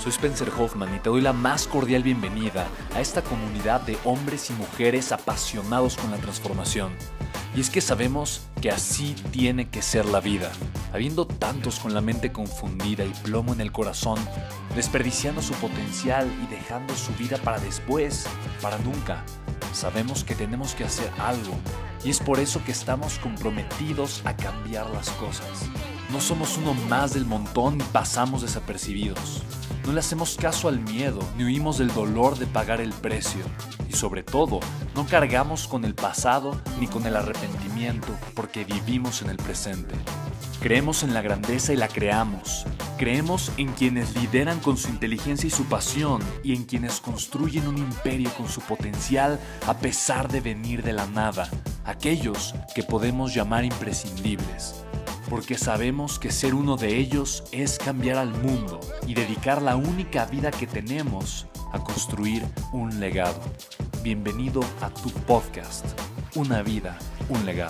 Soy Spencer Hoffman y te doy la más cordial bienvenida a esta comunidad de hombres y mujeres apasionados con la transformación. Y es que sabemos que así tiene que ser la vida, habiendo tantos con la mente confundida y plomo en el corazón, desperdiciando su potencial y dejando su vida para después, para nunca. Sabemos que tenemos que hacer algo y es por eso que estamos comprometidos a cambiar las cosas. No somos uno más del montón y pasamos desapercibidos. No le hacemos caso al miedo ni huimos del dolor de pagar el precio. Y sobre todo, no cargamos con el pasado ni con el arrepentimiento porque vivimos en el presente. Creemos en la grandeza y la creamos. Creemos en quienes lideran con su inteligencia y su pasión y en quienes construyen un imperio con su potencial a pesar de venir de la nada. Aquellos que podemos llamar imprescindibles. Porque sabemos que ser uno de ellos es cambiar al mundo y dedicar la única vida que tenemos a construir un legado. Bienvenido a tu podcast, Una vida, un legado.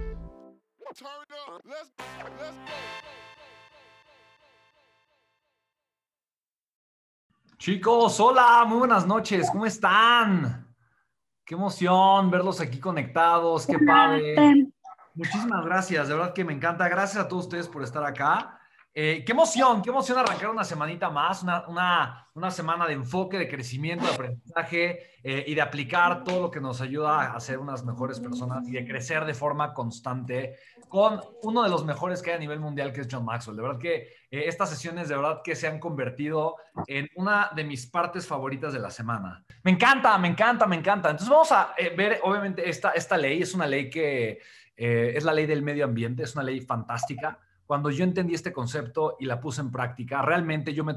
Chicos, hola, muy buenas noches, ¿cómo están? Qué emoción verlos aquí conectados, qué padre. Muchísimas gracias, de verdad que me encanta. Gracias a todos ustedes por estar acá. Qué emoción arrancar una semanita más, una semana de enfoque, de crecimiento, de aprendizaje y de aplicar todo lo que nos ayuda a ser unas mejores personas y de crecer de forma constante con uno de los mejores que hay a nivel mundial, que es John Maxwell. De verdad que estas sesiones de verdad que se han convertido en una de mis partes favoritas de la semana. Me encanta, me encanta, me encanta. Entonces vamos a ver, obviamente, esta ley es una ley que es la ley del medio ambiente, es una ley fantástica. Cuando yo entendí este concepto y la puse en práctica, realmente yo me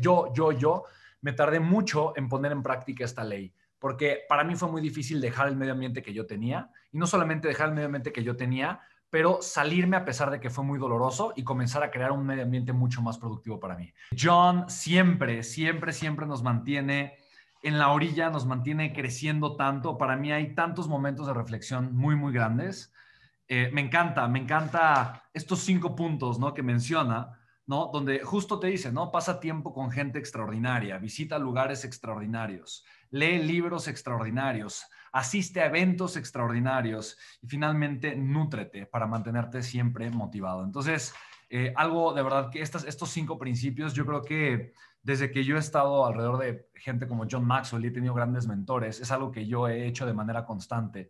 tardé mucho en poner en práctica esta ley, porque para mí fue muy difícil dejar el medio ambiente que yo tenía, y no solamente dejar el medio ambiente que yo tenía, pero salirme a pesar de que fue muy doloroso y comenzar a crear un medio ambiente mucho más productivo para mí. John siempre nos mantiene en la orilla, nos mantiene creciendo tanto. Para mí hay tantos momentos de reflexión muy, muy grandes. Me encanta estos 5 puntos, ¿no?, que menciona, ¿no?, donde justo te dice, ¿no?, pasa tiempo con gente extraordinaria, visita lugares extraordinarios, lee libros extraordinarios, asiste a eventos extraordinarios y finalmente nútrete para mantenerte siempre motivado. Entonces, algo de verdad que estos 5 principios, yo creo que desde que yo he estado alrededor de gente como John Maxwell y he tenido grandes mentores, es algo que yo he hecho de manera constante.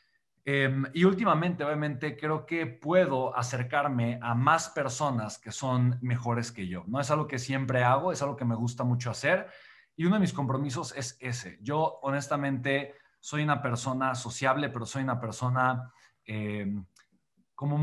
Y últimamente, obviamente, creo que puedo acercarme a más personas que son mejores que yo. No es algo que siempre hago, es algo que me gusta mucho hacer. Y uno de mis compromisos es ese. Yo, honestamente, soy una persona sociable, pero soy una persona eh, como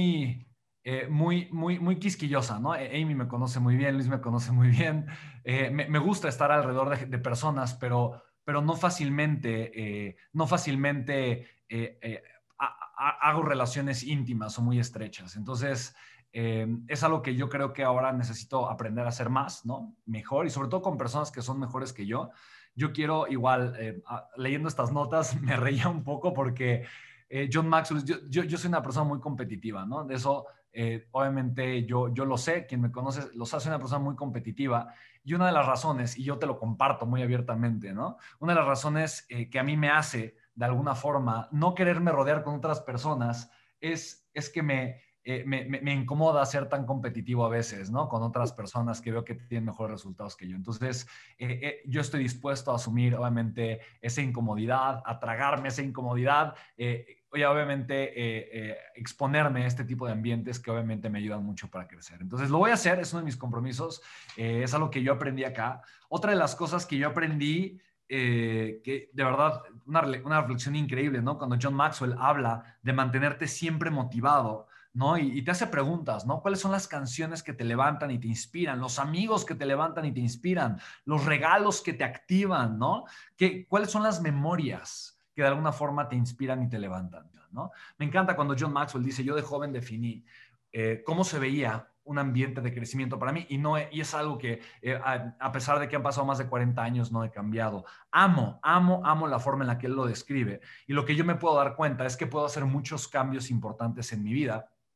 muy quisquillosa, ¿no? Amy me conoce muy bien, Luis me conoce muy bien. Me gusta estar alrededor de personas, pero no fácilmente hago relaciones íntimas o muy estrechas. Entonces, es algo que yo creo que ahora necesito aprender a hacer más, ¿no? Mejor, y sobre todo con personas que son mejores que yo. Yo quiero igual, leyendo estas notas, me reía un poco porque John Maxwell, yo soy una persona muy competitiva, ¿no? De eso, obviamente, yo lo sé, quien me conoce lo sabe, soy una persona muy competitiva. Y una de las razones, y yo te lo comparto muy abiertamente, ¿no? Una de las razones que a mí me hace, de alguna forma, no quererme rodear con otras personas es que me incomoda ser tan competitivo a veces, ¿no? Con otras personas que veo que tienen mejores resultados que yo. Entonces, yo estoy dispuesto a asumir, obviamente, esa incomodidad, a tragarme esa incomodidad, y obviamente exponerme a este tipo de ambientes que obviamente me ayudan mucho para crecer. Entonces, lo voy a hacer, es uno de mis compromisos, es algo que yo aprendí acá. Otra de las cosas que yo aprendí que de verdad, una reflexión increíble, ¿no? Cuando John Maxwell habla de mantenerte siempre motivado, ¿no? Y te hace preguntas, ¿no? ¿Cuáles son las canciones que te levantan y te inspiran? Los amigos que te levantan y te inspiran, los regalos que te activan, ¿no? ¿Cuáles son las memorias que de alguna forma te inspiran y te levantan, ¿no? Me encanta cuando John Maxwell dice, yo de joven definí cómo se veía un ambiente de crecimiento para mí y es algo que a pesar de que han pasado más de 40 años no he cambiado. Amo la forma en la que él lo describe, y lo que yo me puedo dar cuenta es que puedo hacer muchos cambios importantes en mi vida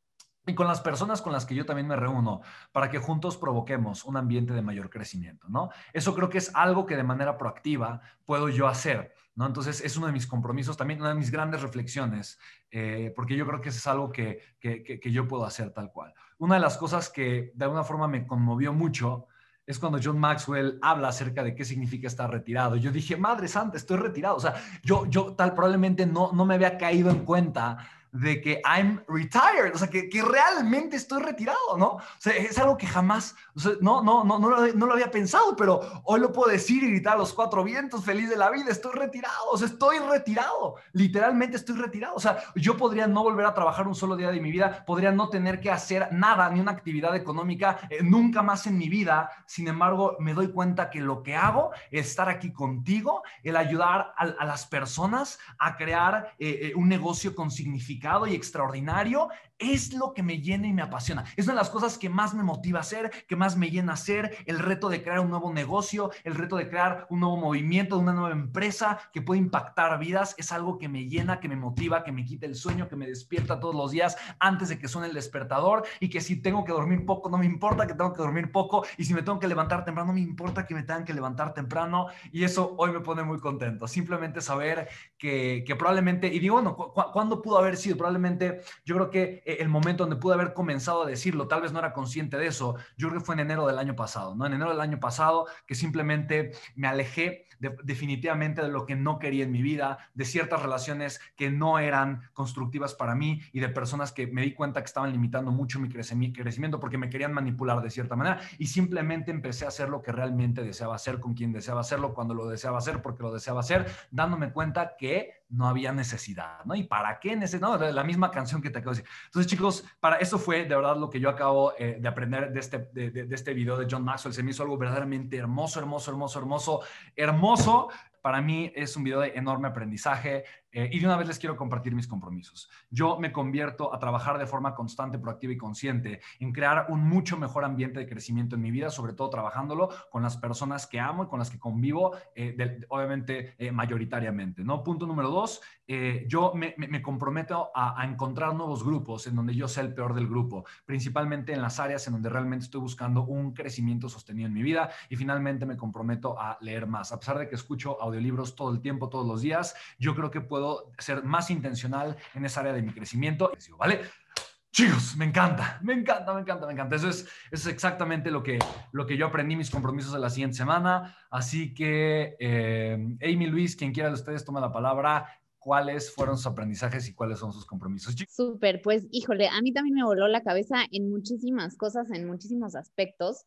y con las personas con las que yo también me reúno para que juntos provoquemos un ambiente de mayor crecimiento, ¿no? Eso creo que es algo que de manera proactiva puedo yo hacer, ¿no? Entonces es uno de mis compromisos, también una de mis grandes reflexiones, porque yo creo que eso es algo que yo puedo hacer tal cual. Una de las cosas que de alguna forma me conmovió mucho es cuando John Maxwell habla acerca de qué significa estar retirado. Yo dije, madre santa, estoy retirado. O sea, yo tal probablemente no me había caído en cuenta de que I'm retired, o sea, que realmente estoy retirado, ¿no? O sea, es algo que jamás, o sea, no lo había pensado, pero hoy lo puedo decir y gritar a los cuatro vientos, feliz de la vida, estoy retirado, o sea, estoy retirado, literalmente estoy retirado, o sea, yo podría no volver a trabajar un solo día de mi vida, podría no tener que hacer nada, ni una actividad económica, nunca más en mi vida, sin embargo, me doy cuenta que lo que hago es estar aquí contigo, el ayudar a las personas a crear un negocio con significado y extraordinario, es lo que me llena y me apasiona. Es una de las cosas que más me motiva a hacer, que más me llena a hacer, el reto de crear un nuevo negocio, el reto de crear un nuevo movimiento, una nueva empresa que puede impactar vidas, es algo que me llena, que me motiva, que me quita el sueño, que me despierta todos los días antes de que suene el despertador, y que si tengo que dormir poco, no me importa que tengo que dormir poco, y si me tengo que levantar temprano, no me importa que me tengan que levantar temprano, y eso hoy me pone muy contento. Simplemente saber que probablemente, y digo, bueno, ¿cuándo pudo haber sido? Probablemente, yo creo que el momento donde pude haber comenzado a decirlo, tal vez no era consciente de eso, yo creo que fue en enero del año pasado, ¿no? En enero del año pasado, que simplemente me alejé definitivamente de lo que no quería en mi vida, de ciertas relaciones que no eran constructivas para mí y de personas que me di cuenta que estaban limitando mucho mi crecimiento porque me querían manipular de cierta manera, y simplemente empecé a hacer lo que realmente deseaba hacer, con quien deseaba hacerlo, cuando lo deseaba hacer, porque lo deseaba hacer, dándome cuenta que no había necesidad, ¿no? ¿Y para qué necesidad? No, la misma canción que te acabo de decir. Entonces, chicos, para eso fue de verdad lo que yo acabo de aprender de este video de John Maxwell. Se me hizo algo verdaderamente hermoso, hermoso, hermoso, hermoso, hermoso. Para mí es un video de enorme aprendizaje, y de una vez les quiero compartir mis compromisos. Yo me convierto a trabajar de forma constante, proactiva y consciente en crear un mucho mejor ambiente de crecimiento en mi vida, sobre todo trabajándolo con las personas que amo y con las que convivo, obviamente mayoritariamente, ¿no? Punto número dos, yo me comprometo a encontrar nuevos grupos en donde yo sea el peor del grupo, principalmente en las áreas en donde realmente estoy buscando un crecimiento sostenido en mi vida, y finalmente me comprometo a leer más. A pesar de que escucho audiolibros todo el tiempo, todos los días, yo creo que puedo ser más intencional en esa área de mi crecimiento, ¿vale? Chicos, me encanta, me encanta, me encanta, me encanta. Eso es exactamente lo que yo aprendí, mis compromisos de la siguiente semana. Así que, Amy, Luis, quien quiera de ustedes toma la palabra. ¿Cuáles fueron sus aprendizajes y cuáles son sus compromisos? Súper, pues híjole, a mí también me voló la cabeza en muchísimas cosas, en muchísimos aspectos.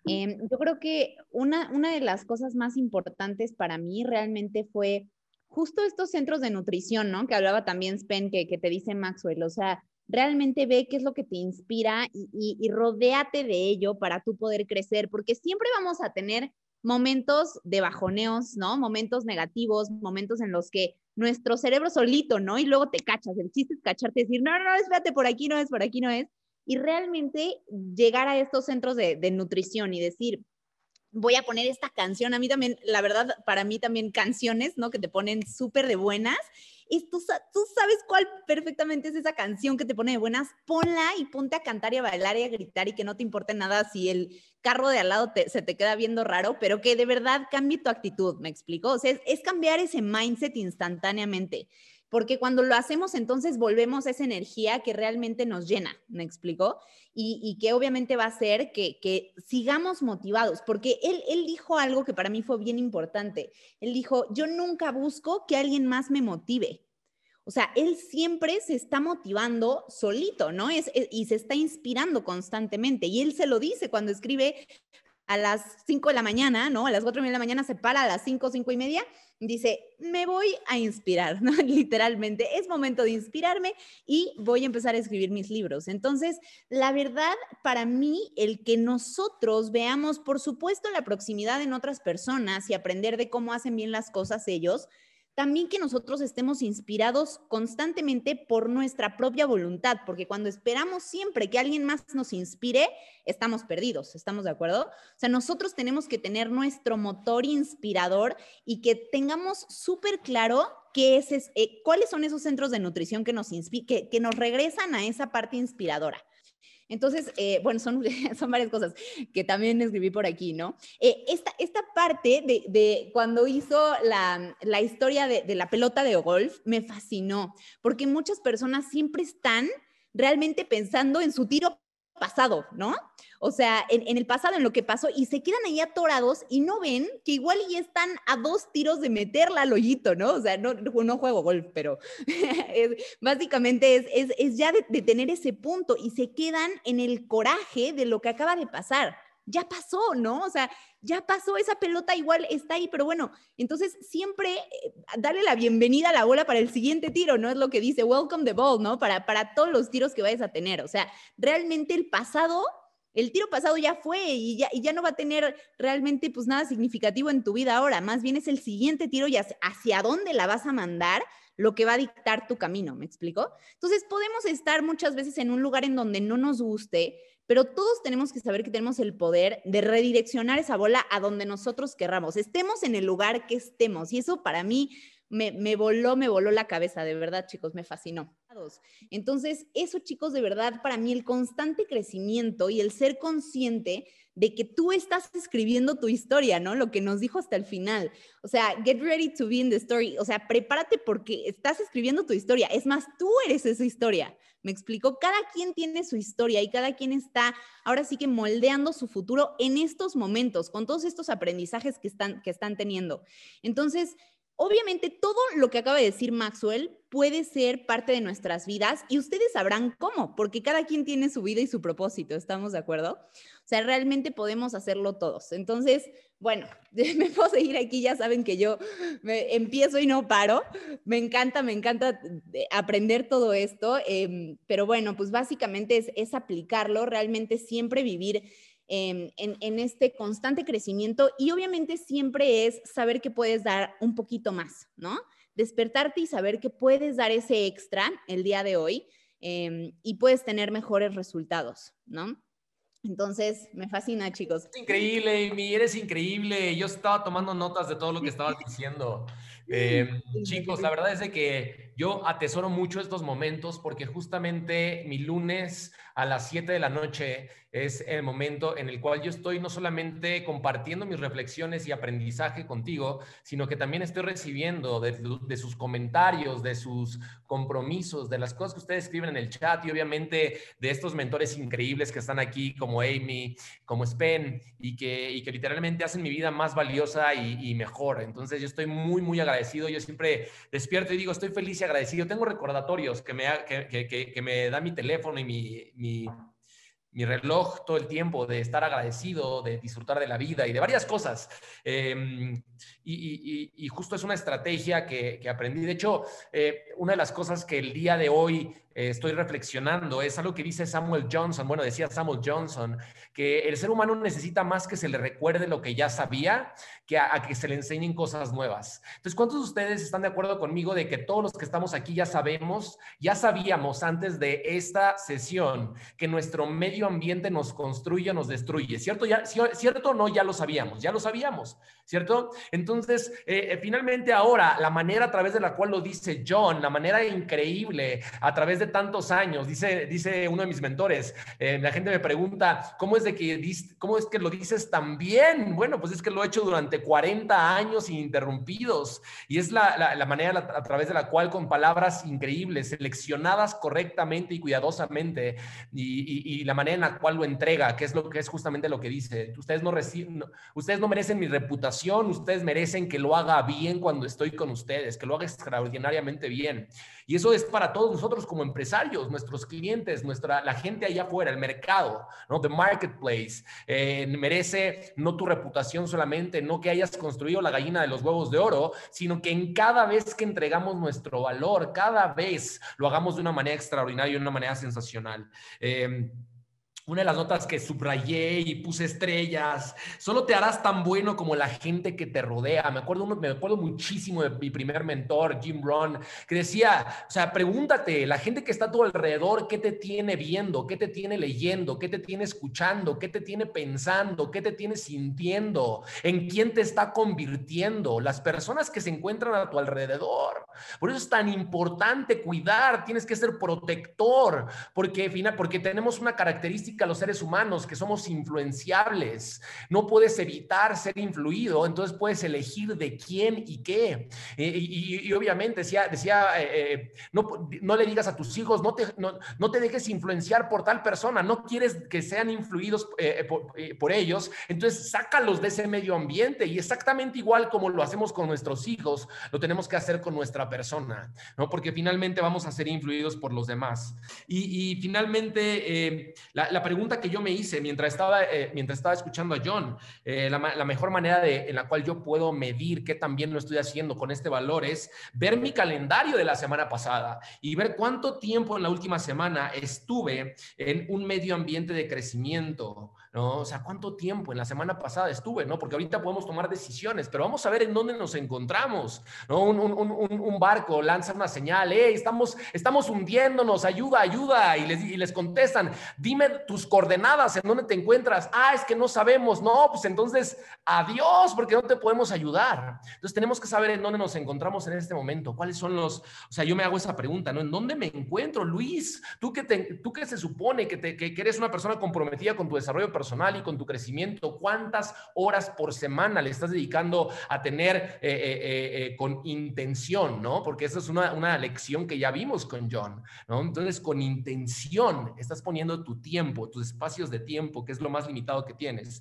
Yo creo que una de las cosas más importantes para mí realmente fue justo estos centros de nutrición, ¿no? Que hablaba también Spen, que te dice Maxwell, o sea, realmente ve qué es lo que te inspira y rodéate de ello para tú poder crecer, porque siempre vamos a tener momentos de bajoneos, ¿no? Momentos negativos, momentos en los que nuestro cerebro solito, ¿no? Y luego te cachas. El chiste es cacharte y decir, no, no, no, espérate, por aquí no es, por aquí no es. Y realmente llegar a estos centros de nutrición y decir, voy a poner esta canción. A mí también, la verdad, para mí también canciones, ¿no? Que te ponen súper de buenas. Y tú sabes cuál perfectamente es esa canción que te pone de buenas, ponla y ponte a cantar y a bailar y a gritar y que no te importe nada si el carro de al lado se te queda viendo raro, pero que de verdad cambie tu actitud, ¿me explico? O sea, es cambiar ese mindset instantáneamente, porque cuando lo hacemos entonces volvemos a esa energía que realmente nos llena, ¿me explico? Y que obviamente va a hacer que sigamos motivados, porque él dijo algo que para mí fue bien importante. Él dijo, yo nunca busco que alguien más me motive. O sea, él siempre se está motivando solito, ¿no? Y se está inspirando constantemente. Y él se lo dice cuando escribe a las 5 de la mañana, ¿no? A las 4 de la mañana se para, a las 5, 5 y media, dice, me voy a inspirar, ¿no? Literalmente, es momento de inspirarme y voy a empezar a escribir mis libros. Entonces, la verdad, para mí, el que nosotros veamos, por supuesto, la proximidad en otras personas y aprender de cómo hacen bien las cosas ellos, también que nosotros estemos inspirados constantemente por nuestra propia voluntad, porque cuando esperamos siempre que alguien más nos inspire, estamos perdidos, ¿estamos de acuerdo? O sea, nosotros tenemos que tener nuestro motor inspirador y que tengamos súper claro cuáles son esos centros de nutrición que nos regresan a esa parte inspiradora. Entonces, bueno, son varias cosas que también escribí por aquí, ¿no? Esta parte de cuando hizo la historia de la pelota de golf me fascinó, porque muchas personas siempre están realmente pensando en su tiro pasado, ¿no? O sea, en el pasado, en lo que pasó, y se quedan ahí atorados y no ven que igual ya están a 2 tiros de meterla al hoyito, ¿no? O sea, no juego golf, pero básicamente es ya de tener ese punto y se quedan en el coraje de lo que acaba de pasar. Ya pasó, ¿no? O sea, ya pasó, esa pelota igual está ahí, pero bueno, entonces siempre darle la bienvenida a la bola para el siguiente tiro, ¿no? Es lo que dice, welcome the ball, ¿no? Para todos los tiros que vayas a tener. O sea, realmente el tiro pasado ya fue y ya no va a tener realmente pues nada significativo en tu vida ahora. Más bien es el siguiente tiro y hacia dónde la vas a mandar lo que va a dictar tu camino, ¿me explico? Entonces podemos estar muchas veces en un lugar en donde no nos guste, pero todos tenemos que saber que tenemos el poder de redireccionar esa bola a donde nosotros querramos, estemos en el lugar que estemos. Y eso para mí me voló la cabeza, de verdad, chicos, me fascinó. Entonces, eso, chicos, de verdad, para mí el constante crecimiento y el ser consciente de que tú estás escribiendo tu historia, ¿no? Lo que nos dijo hasta el final. O sea, get ready to be in the story. O sea, prepárate porque estás escribiendo tu historia. Es más, tú eres esa historia. ¿Me explico? Cada quien tiene su historia y cada quien está ahora sí que moldeando su futuro en estos momentos, con todos estos aprendizajes que están teniendo. Entonces, obviamente, todo lo que acaba de decir Maxwell puede ser parte de nuestras vidas y ustedes sabrán cómo, porque cada quien tiene su vida y su propósito, ¿estamos de acuerdo? O sea, realmente podemos hacerlo todos. Entonces, bueno, me puedo seguir aquí, ya saben que yo empiezo y no paro. Me encanta aprender todo esto, pero bueno, pues básicamente es aplicarlo, realmente siempre vivir en este constante crecimiento y obviamente siempre es saber que puedes dar un poquito más, ¿no? Despertarte y saber que puedes dar ese extra el día de hoy y puedes tener mejores resultados, ¿no? Entonces, me fascina, chicos. Es increíble, Amy, eres increíble. Yo estaba tomando notas de todo lo que estabas diciendo. Chicos, la verdad es de que yo atesoro mucho estos momentos porque justamente mi lunes a las 7 de la noche es el momento en el cual yo estoy no solamente compartiendo mis reflexiones y aprendizaje contigo, sino que también estoy recibiendo de sus comentarios, de sus compromisos, de las cosas que ustedes escriben en el chat y obviamente de estos mentores increíbles que están aquí como Amy, como Spen y que literalmente hacen mi vida más valiosa y mejor. Entonces yo estoy muy agradecido. Yo siempre despierto y digo, estoy feliz y agradecido. Tengo recordatorios que me da mi teléfono y mi reloj todo el tiempo de estar agradecido, de disfrutar de la vida y de varias cosas. Y justo es una estrategia que aprendí. De hecho, una de las cosas que el día de hoy estoy reflexionando es algo que dice Samuel Johnson. Bueno, decía Samuel Johnson que el ser humano necesita más que se le recuerde lo que ya sabía que a que se le enseñen cosas nuevas. Entonces, ¿cuántos de ustedes están de acuerdo conmigo de que todos los que estamos aquí ya sabíamos antes de esta sesión que nuestro medio ambiente nos construye, nos destruye? ¿Cierto? ¿Cierto o no? Ya lo sabíamos, ¿cierto? Entonces, finalmente ahora, la manera a través de la cual lo dice John, la manera increíble, a través de tantos años, dice uno de mis mentores, la gente me pregunta, ¿cómo es que lo dices tan bien? Bueno, pues es que lo he hecho durante 40 años ininterrumpidos y es la manera a través de la cual con palabras increíbles, seleccionadas correctamente y cuidadosamente y la manera en la cual lo entrega, que es justamente lo que dice. Ustedes no merecen mi reputación, ustedes merecen que lo haga bien cuando estoy con ustedes, que lo haga extraordinariamente bien. Y eso es para todos nosotros como empresarios, nuestros clientes, la gente allá afuera, el mercado, ¿no? The marketplace. Merece no tu reputación solamente, no que hayas construido la gallina de los huevos de oro, sino que en cada vez que entregamos nuestro valor, cada vez lo hagamos de una manera extraordinaria y de una manera sensacional. una de las notas que subrayé y puse estrellas, solo te harás tan bueno como la gente que te rodea. Me acuerdo muchísimo de mi primer mentor, Jim Rohn, que decía, o sea, pregúntate, la gente que está a tu alrededor, ¿qué te tiene viendo? ¿Qué te tiene leyendo? ¿Qué te tiene escuchando? ¿Qué te tiene pensando? ¿Qué te tiene sintiendo? ¿En quién te está convirtiendo? Las personas que se encuentran a tu alrededor. Por eso es tan importante cuidar, tienes que ser protector, porque tenemos una característica a los seres humanos, que somos influenciables. No puedes evitar ser influido, entonces puedes elegir de quién y qué. Y obviamente no le digas a tus hijos, no te dejes influenciar por tal persona, no quieres que sean influidos por ellos, entonces sácalos de ese medio ambiente. Y exactamente igual como lo hacemos con nuestros hijos, lo tenemos que hacer con nuestra persona, ¿no? Porque finalmente vamos a ser influidos por los demás. Y finalmente, la pregunta que yo me hice mientras estaba escuchando a John, la mejor manera en la cual yo puedo medir qué tan bien lo estoy haciendo con este valor es ver mi calendario de la semana pasada y ver cuánto tiempo en la última semana estuve en un medio ambiente de crecimiento, ¿no? O sea, cuánto tiempo en la semana pasada estuve, ¿no? Porque ahorita podemos tomar decisiones, pero vamos a ver en dónde nos encontramos, ¿no? Un barco lanza una señal, estamos hundiéndonos, ayuda, y les contestan, dime tus coordenadas, en dónde te encuentras. Es que no sabemos. No, pues entonces, adiós, porque no te podemos ayudar. Entonces tenemos que saber en dónde nos encontramos en este momento, cuáles son o sea, yo me hago esa pregunta, ¿no? ¿En dónde me encuentro, Luis? Tú que se supone que eres una persona comprometida con tu desarrollo personal y con tu crecimiento, ¿cuántas horas por semana le estás dedicando a tener con intención, ¿no? Porque esa es una lección que ya vimos con John, ¿no? Entonces, con intención estás poniendo tu tiempo, tus espacios de tiempo, que es lo más limitado que tienes,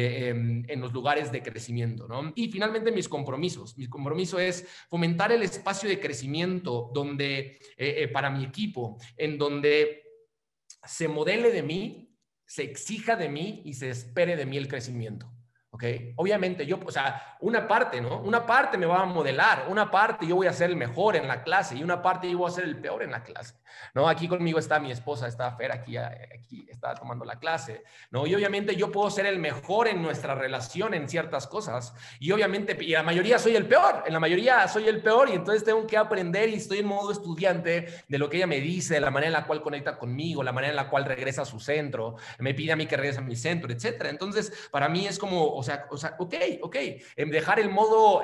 en los lugares de crecimiento, ¿no? Y finalmente, mis compromisos. Mi compromiso es fomentar el espacio de crecimiento para mi equipo, en donde se modele de mí, se exija de mí y se espere de mí el crecimiento. ¿Ok? Obviamente o sea, una parte, ¿no? Una parte me va a modelar, una parte yo voy a ser el mejor en la clase y una parte yo voy a ser el peor en la clase, ¿no? Aquí conmigo está mi esposa, está Fer, aquí está tomando la clase, ¿no? Y obviamente yo puedo ser el mejor en nuestra relación en ciertas cosas y obviamente, y la mayoría soy el peor, en la mayoría soy el peor y entonces tengo que aprender y estoy en modo estudiante de lo que ella me dice, de la manera en la cual conecta conmigo, la manera en la cual regresa a su centro, me pide a mí que regrese a mi centro, etcétera. Entonces, para mí es como, ok, dejar el modo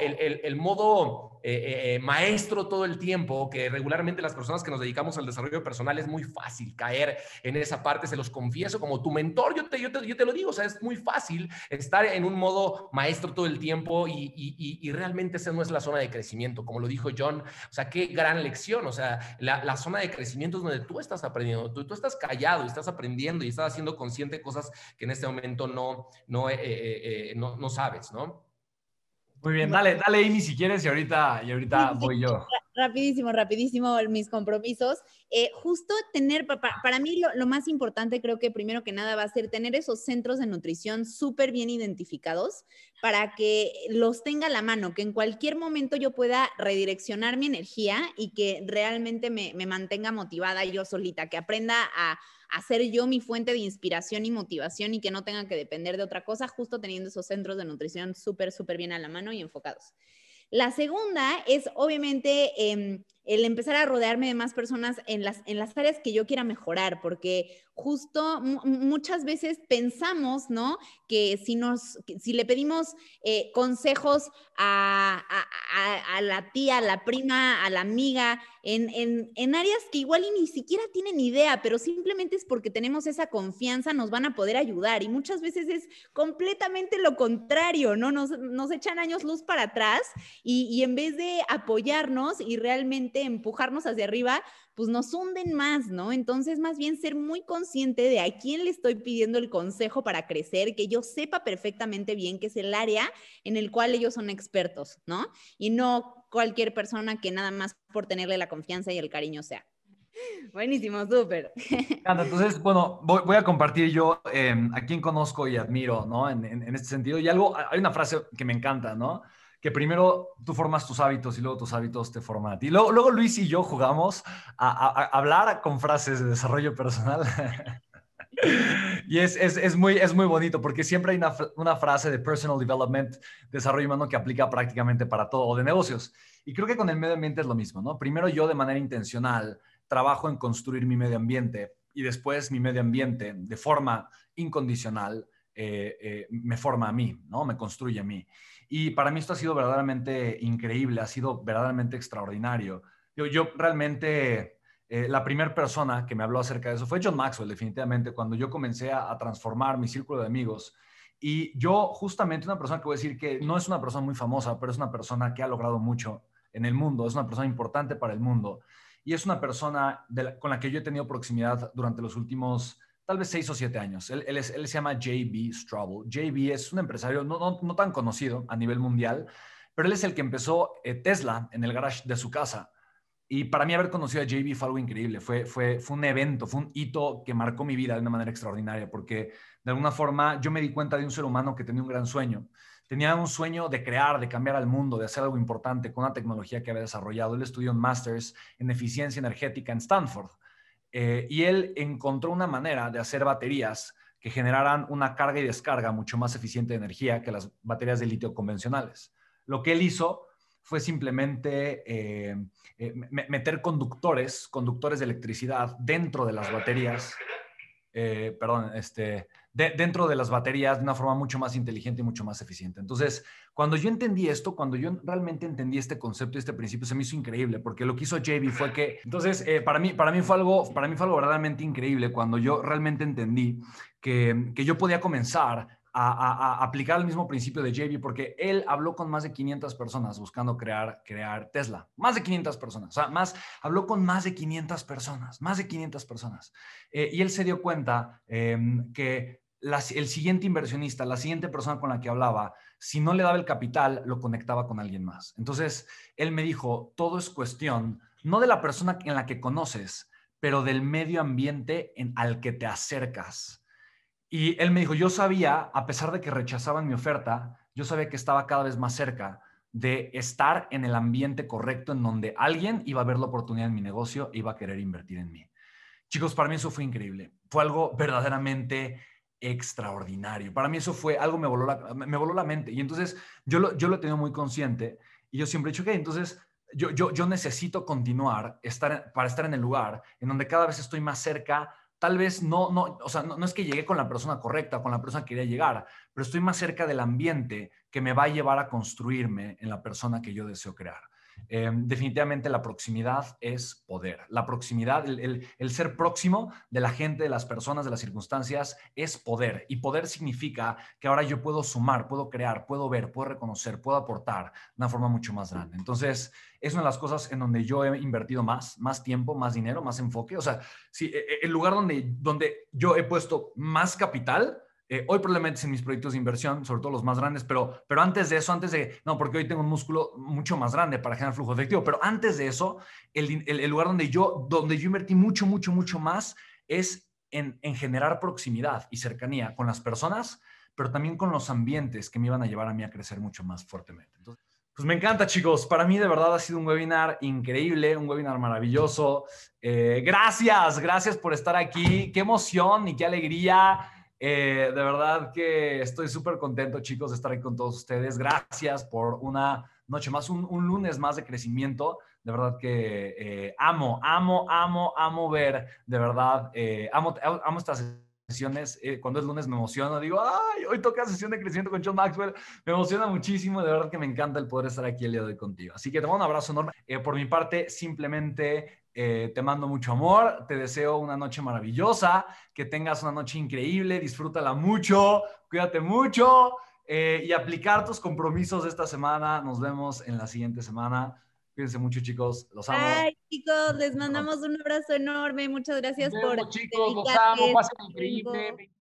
maestro todo el tiempo, que regularmente las personas que nos dedicamos al desarrollo personal es muy fácil caer en esa parte, se los confieso, como tu mentor, yo te lo digo, o sea, es muy fácil estar en un modo maestro todo el tiempo y realmente esa no es la zona de crecimiento, como lo dijo John, o sea, qué gran lección, o sea, la zona de crecimiento es donde tú estás aprendiendo, tú estás callado y estás aprendiendo y estás haciendo consciente cosas que en este momento no sabes, ¿no? Muy bien, dale, Amy, si quieres, y ahorita voy yo. Rapidísimo, mis compromisos. Justo tener, para mí lo más importante, creo que primero que nada va a ser tener esos centros de nutrición súper bien identificados para que los tenga a la mano, que en cualquier momento yo pueda redireccionar mi energía y que realmente me mantenga motivada yo solita, que aprenda a ser yo mi fuente de inspiración y motivación y que no tenga que depender de otra cosa, justo teniendo esos centros de nutrición súper bien a la mano y enfocados. La segunda es obviamente el empezar a rodearme de más personas en las áreas que yo quiera mejorar, porque justo muchas veces pensamos, ¿no? Que si le pedimos consejos a la tía, a la prima, a la amiga, en áreas que igual y ni siquiera tienen idea, pero simplemente es porque tenemos esa confianza, nos van a poder ayudar. Y muchas veces es completamente lo contrario, ¿no? Nos echan años luz para atrás y en vez de apoyarnos y realmente empujarnos hacia arriba, pues nos hunden más, ¿no? Entonces, más bien ser muy consciente de a quién le estoy pidiendo el consejo para crecer, que yo sepa perfectamente bien que es el área en el cual ellos son expertos, ¿no? Y no cualquier persona que nada más por tenerle la confianza y el cariño sea. Buenísimo, súper. Entonces, bueno, voy a compartir yo a quien conozco y admiro, ¿no? En este sentido. Y hay una frase que me encanta, ¿no? Que primero tú formas tus hábitos y luego tus hábitos te forman a ti. Luego Luis y yo jugamos a hablar con frases de desarrollo personal. Y es muy bonito porque siempre hay una frase de personal development, desarrollo humano que aplica prácticamente para todo, o de negocios. Y creo que con el medio ambiente es lo mismo, ¿no? Primero yo de manera intencional trabajo en construir mi medio ambiente y después mi medio ambiente de forma incondicional me forma a mí, ¿no? Me construye a mí. Y para mí esto ha sido verdaderamente increíble, ha sido verdaderamente extraordinario. Yo realmente la primera persona que me habló acerca de eso fue John Maxwell, definitivamente, cuando yo comencé a transformar mi círculo de amigos. Y yo, justamente, una persona que voy a decir que no es una persona muy famosa, pero es una persona que ha logrado mucho en el mundo, es una persona importante para el mundo. Y es una persona con la que yo he tenido proximidad durante los últimos, tal vez 6 o 7 años. Él se llama J.B. Straubel. J.B. es un empresario no tan conocido a nivel mundial, pero él es el que empezó Tesla en el garage de su casa. Y para mí haber conocido a JB fue algo increíble, fue un evento, fue un hito que marcó mi vida de una manera extraordinaria, porque de alguna forma yo me di cuenta de un ser humano que tenía un gran sueño. Tenía un sueño de crear, de cambiar al mundo, de hacer algo importante con una tecnología que había desarrollado. Él estudió un máster en eficiencia energética en Stanford. Y él encontró una manera de hacer baterías que generaran una carga y descarga mucho más eficiente de energía que las baterías de litio convencionales. Lo que él hizo fue simplemente meter conductores de electricidad dentro de las baterías, dentro de las baterías de una forma mucho más inteligente y mucho más eficiente. Entonces, cuando yo entendí esto, cuando yo realmente entendí este concepto y este principio, se me hizo increíble, porque lo que hizo JB fue que, entonces, para mí fue algo verdaderamente increíble cuando yo realmente entendí que yo podía comenzar a aplicar el mismo principio de JB, porque él habló con más de 500 personas buscando crear Tesla. Más de 500 personas. O sea, habló con más de 500 personas. Más de 500 personas. Y él se dio cuenta que el siguiente inversionista, la siguiente persona con la que hablaba, si no le daba el capital, lo conectaba con alguien más. Entonces, él me dijo, todo es cuestión, no de la persona en la que conoces, pero del medio ambiente al que te acercas. Y él me dijo, yo sabía, a pesar de que rechazaban mi oferta, yo sabía que estaba cada vez más cerca de estar en el ambiente correcto en donde alguien iba a ver la oportunidad en mi negocio e iba a querer invertir en mí. Chicos, para mí eso fue increíble. Fue algo verdaderamente extraordinario. Para mí eso fue algo, me voló la mente. Y entonces yo lo he tenido muy consciente y yo siempre he dicho, ok, entonces yo necesito continuar para estar en el lugar en donde cada vez estoy más cerca. Tal vez o sea, no es que llegué con la persona correcta, con la persona que quería llegar, pero estoy más cerca del ambiente que me va a llevar a construirme en la persona que yo deseo crear. Definitivamente la proximidad es poder. La proximidad, el ser próximo de la gente, de las personas, de las circunstancias, es poder. Y poder significa que ahora yo puedo sumar, puedo crear, puedo ver, puedo reconocer, puedo aportar de una forma mucho más grande. Entonces, es una de las cosas en donde yo he invertido más tiempo, más dinero, más enfoque. O sea, sí, el lugar donde yo he puesto más capital, hoy probablemente es en mis proyectos de inversión, sobre todo los más grandes, pero antes de eso, no, porque hoy tengo un músculo mucho más grande para generar flujo efectivo, pero antes de eso, el lugar donde yo invertí mucho más es en generar proximidad y cercanía con las personas, pero también con los ambientes que me iban a llevar a mí a crecer mucho más fuertemente. Entonces, pues me encanta, chicos. Para mí de verdad ha sido un webinar increíble, un webinar maravilloso. Gracias por estar aquí. Qué emoción y qué alegría. De verdad que estoy súper contento, chicos, de estar aquí con todos ustedes. Gracias por una noche más, un lunes más de crecimiento. De verdad que amo ver, de verdad, amo estas sesiones. Cuando es lunes me emociono, digo, ay, hoy toca sesión de crecimiento con John Maxwell. Me emociona muchísimo, de verdad que me encanta el poder estar aquí el día de hoy contigo. Así que te mando un abrazo enorme. Por mi parte, simplemente te mando mucho amor, te deseo una noche maravillosa, que tengas una noche increíble, disfrútala mucho, cuídate mucho y aplicar tus compromisos de esta semana. Nos vemos en la siguiente semana. Cuídense mucho, chicos. Los amo. Ay, chicos, les mandamos un abrazo enorme. Muchas gracias por chicos, los amo, pasen increíble.